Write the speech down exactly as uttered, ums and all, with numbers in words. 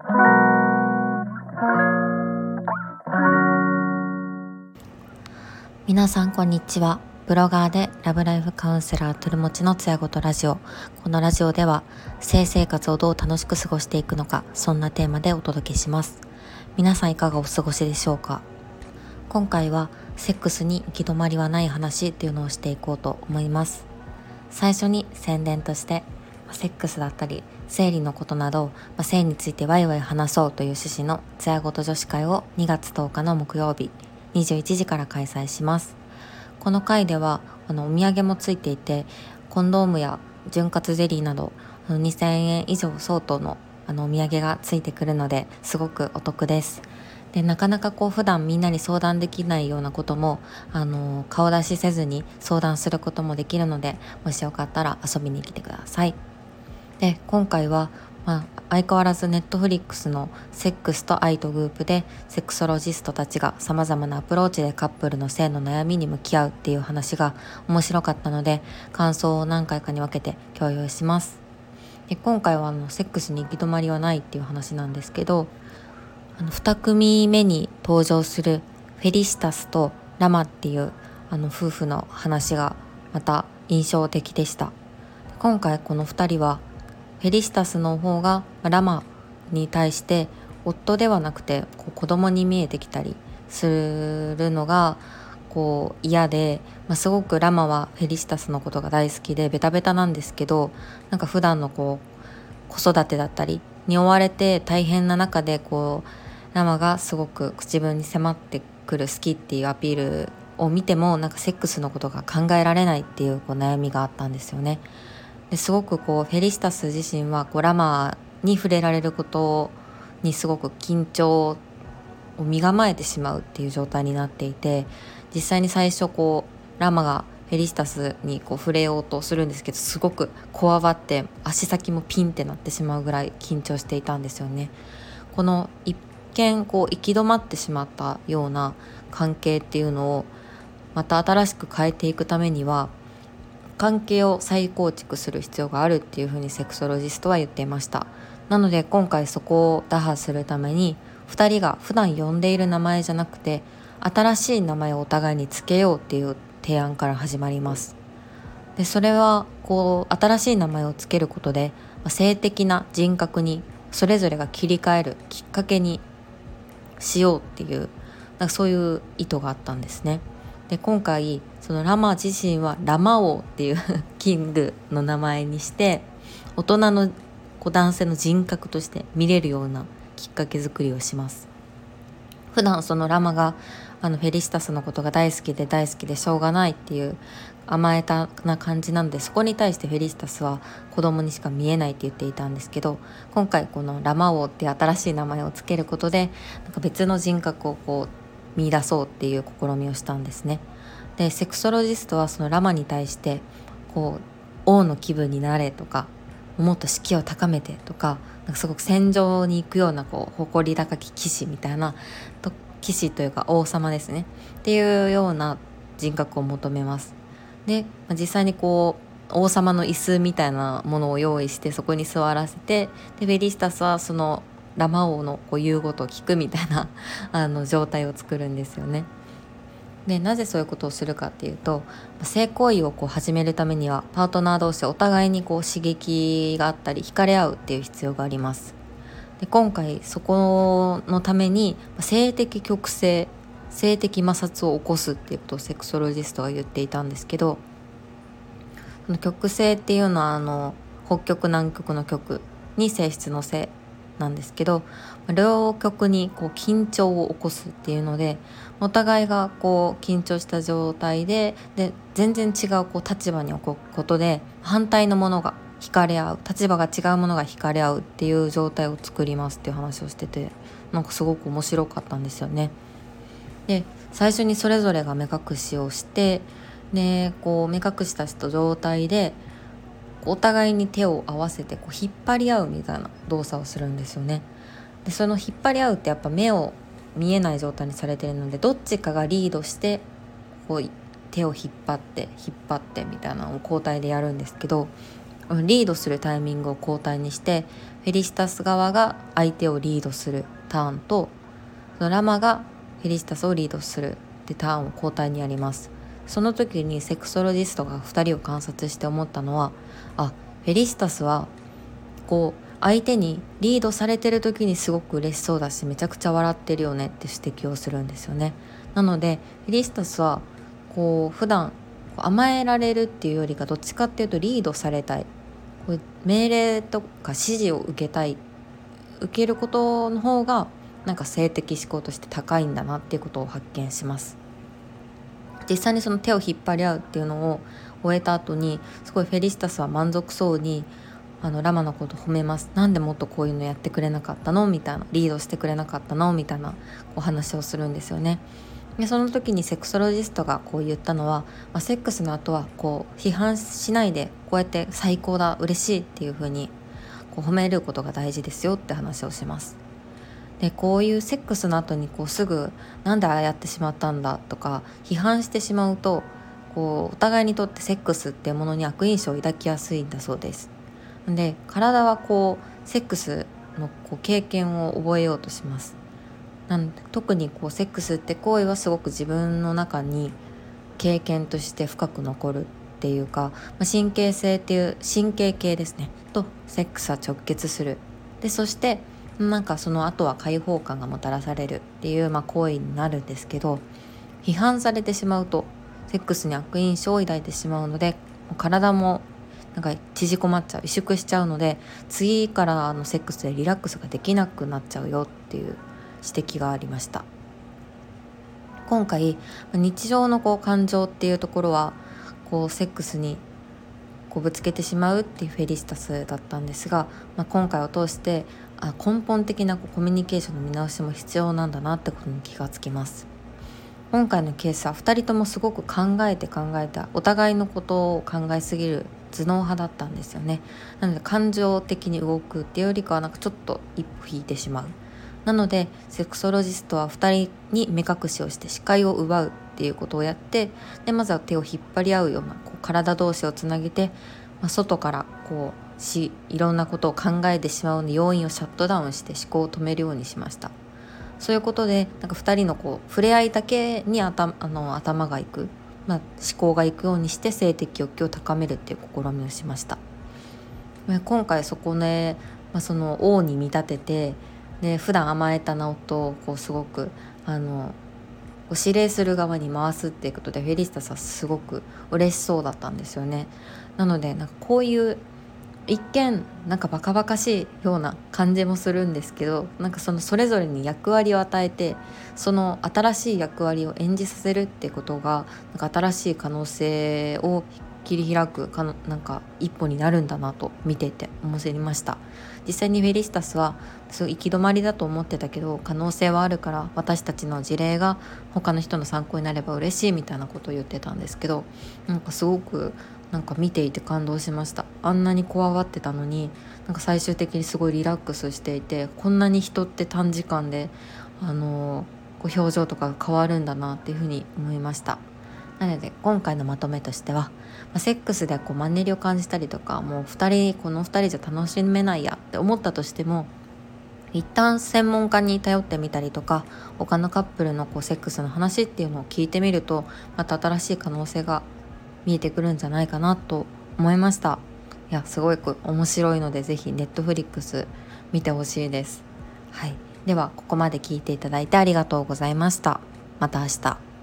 皆さんこんにちは。ブロガーでラブライフカウンセラートゥルモチのつやごとラジオ。このラジオでは性生活をどう楽しく過ごしていくのか、そんなテーマでお届けします。皆さんいかがお過ごしでしょうか。今回はセックスに行き止まりはない話っていうのをしていこうと思います。最初に宣伝としてセックスだったり生理のことなど、まあ、性についてワイワイ話そうという趣旨のつやごと女子会をにがつとおかの木曜日にじゅういちじから開催します。この回ではあのお土産もついていて、コンドームや潤滑ゼリーなどにせんえん以上相当のあのお土産がついてくるので、すごくお得です。でなかなかこう普段みんなに相談できないようなこともあの顔出しせずに相談することもできるので、もしよかったら遊びに来てください。で今回は、まあ、相変わらずネットフリックスのセックスと愛とグープでセクソロジストたちがさまざまなアプローチでカップルの性の悩みに向き合うっていう話が面白かったので、感想を何回かに分けて共有します。で今回はあのセックスに行き止まりはないっていう話なんですけど、あのに組目に登場するフェリシタスとラマっていうあの夫婦の話がまた印象的でした。今回このふたりはフェリシタスの方がラマに対して夫ではなくてこう子供に見えてきたりするのがこう嫌で、まあ、すごくラマはフェリシタスのことが大好きでベタベタなんですけど、なんか普段のこう子育てだったりに追われて大変な中でこうラマがすごく自分に迫ってくる好きっていうアピールを見ても、なんかセックスのことが考えられないっていうこう悩みがあったんですよね。ですごくこうフェリシタス自身はこうラマに触れられることにすごく緊張を身構えてしまうっていう状態になっていて、実際に最初こうラマがフェリシタスにこう触れようとするんですけど、すごくこわばって足先もピンってなってしまうぐらい緊張していたんですよね。この一見こう行き止まってしまったような関係っていうのをまた新しく変えていくためには、関係を再構築する必要があるっていうふうにセクソロジストは言っていました。なので今回そこを打破するためにふたりが普段呼んでいる名前じゃなくて新しい名前をお互いにつけようっていう提案から始まります。でそれはこう新しい名前をつけることで性的な人格にそれぞれが切り替えるきっかけにしようっていう、なんかそういう意図があったんですね。で今回そのラマ自身はラマ王っていうキングの名前にして、大人のこう男性の人格として見れるようなきっかけ作りをします。普段そのラマがあのフェリシタスのことが大好きで大好きでしょうがないっていう甘えたな感じなので、そこに対してフェリシタスは子供にしか見えないって言っていたんですけど、今回このラマ王っていう新しい名前をつけることでなんか別の人格をこう見出そうっていう試みをしたんですね。でセクソロジストはそのラマに対してこう王の気分になれとか、もっと士気を高めてとか、なんかすごく戦場に行くようなこう誇り高き騎士みたいなと騎士というか王様ですねっていうような人格を求めます。で実際にこう王様の椅子みたいなものを用意してそこに座らせて、でフェリシタスはそのラマ王のこう言うことを聞くみたいなあの状態を作るんですよね。でなぜそういうことをするかっていうと、性行為をこう始めるためにはパートナー同士お互いにこう刺激があったり惹かれ合うっていう必要があります。で今回そこのために性的極性性的摩擦を起こすっていうことをセクソロジストが言っていたんですけど、その極性っていうのはあの北極南極の極に性質の性なんですけど、両極にこう緊張を起こすっていうので、お互いがこう緊張した状態でで全然違うこう立場に置くことで反対のものが惹かれ合う、立場が違うものが惹かれ合うっていう状態を作りますっていう話をしてて、なんかすごく面白かったんですよね。で最初にそれぞれが目隠しをして、でこう目隠したした状態でお互いに手を合わせてこう引っ張り合うみたいな動作をするんですよね。でその引っ張り合うってやっぱ目を見えない状態にされているので、どっちかがリードしてこう手を引っ張って引っ張ってみたいなのを交代でやるんですけど、リードするタイミングを交代にして、 フェリシタス側が相手をリードするターンと、そのラマがフェリシタスをリードするってターンを交代にやります。その時にセクソロジストがふたりを観察して思ったのは、あ、フェリシタスはこう相手にリードされてる時にすごく嬉しそうだし、めちゃくちゃ笑ってるよねって指摘をするんですよね。なのでフェリシタスはこう普段甘えられるっていうよりか、どっちかっていうとリードされたい、こう命令とか指示を受けたい、受けることの方がなんか性的思考として高いんだなっていうことを発見します。実際にその手を引っ張り合うっていうのを終えた後に、すごいフェリシタスは満足そうにあのラマのことを褒めます。なんでもっとこういうのやってくれなかったのみたいな、リードしてくれなかったのみたいなお話をするんですよね。でその時にセクソロジストがこう言ったのは、まあ、セックスの後はこう批判しないで、こうやって最高だ、嬉しいっていう風にこう褒めることが大事ですよって話をします。でこういうセックスの後にこうすぐなんでああやってしまったんだとか批判してしまうと、こうお互いにとってセックスっていうものに悪印象を抱きやすいんだそうです。で体はこうセックスのこう経験を覚えようとします。なんで特にこうセックスって行為はすごく自分の中に経験として深く残るっていうか、まあ、神経性っていう神経系ですねとセックスは直結する。でそしてなんかその後は解放感がもたらされるっていう、まあ、行為になるんですけど、批判されてしまうとセックスに悪印象を抱いてしまうので、体もなんか縮こまっちゃう、萎縮しちゃうので、次からのセックスでリラックスができなくなっちゃうよっていう指摘がありました。今回日常のこう感情っていうところはこうセックスにこうぶつけてしまうっていうフェリシタスだったんですが、まあ、今回を通してあ根本的なこうコミュニケーションの見直しも必要なんだなってことに気がつきます。今回のケースはふたりともすごく考えて考えた、お互いのことを考えすぎる頭脳派だったんですよね。なので感情的に動くっていうよりかはなんかちょっと一歩引いてしまう。なのでセクソロジストはふたりに目隠しをして視界を奪うっていうことをやって、でまずは手を引っ張り合うようなこう体同士をつなげて、まあ、外からこうしいろんなことを考えてしまうので要因をシャットダウンして思考を止めるようにしました。そういうことでなんかふたりのこう触れ合いだけに頭あの頭がいく、まあ、思考がいくようにして性的欲求を高めるっていう試みをしました。今回そこで、まあ、その王に見立てて、で普段甘えたナオトをこうすごくあの指令する側に回すっていうことでフェリシタスはすごく嬉しそうだったんですよね。なのでなんかこういう一見なんかバカバカしいような感じもするんですけど、なんかそのそれぞれに役割を与えて、その新しい役割を演じさせるってことがなんか新しい可能性を切り開くかのなんか一歩になるんだなと見ていて思いました。実際にフェリシタスはそう行き止まりだと思ってたけど可能性はあるから、私たちの事例が他の人の参考になれば嬉しいみたいなことを言ってたんですけど、なんかすごくなんか見ていて感動しました。あんなにこわばってたのになんか最終的にすごいリラックスしていて、こんなに人って短時間であのこう表情とかが変わるんだなっていうふうに思いました。なので今回のまとめとしては、まあ、セックスでこうマンネリを感じたりとか、もうふたりこのふたりじゃ楽しめないやって思ったとしても、一旦専門家に頼ってみたりとか、他のカップルのこうセックスの話っていうのを聞いてみると、また新しい可能性が見えてくるんじゃないかなと思いました。いやすごく面白いので、ぜひネットフリックス見てほしいです。はい、ではここまで聞いていただいてありがとうございました。また明日。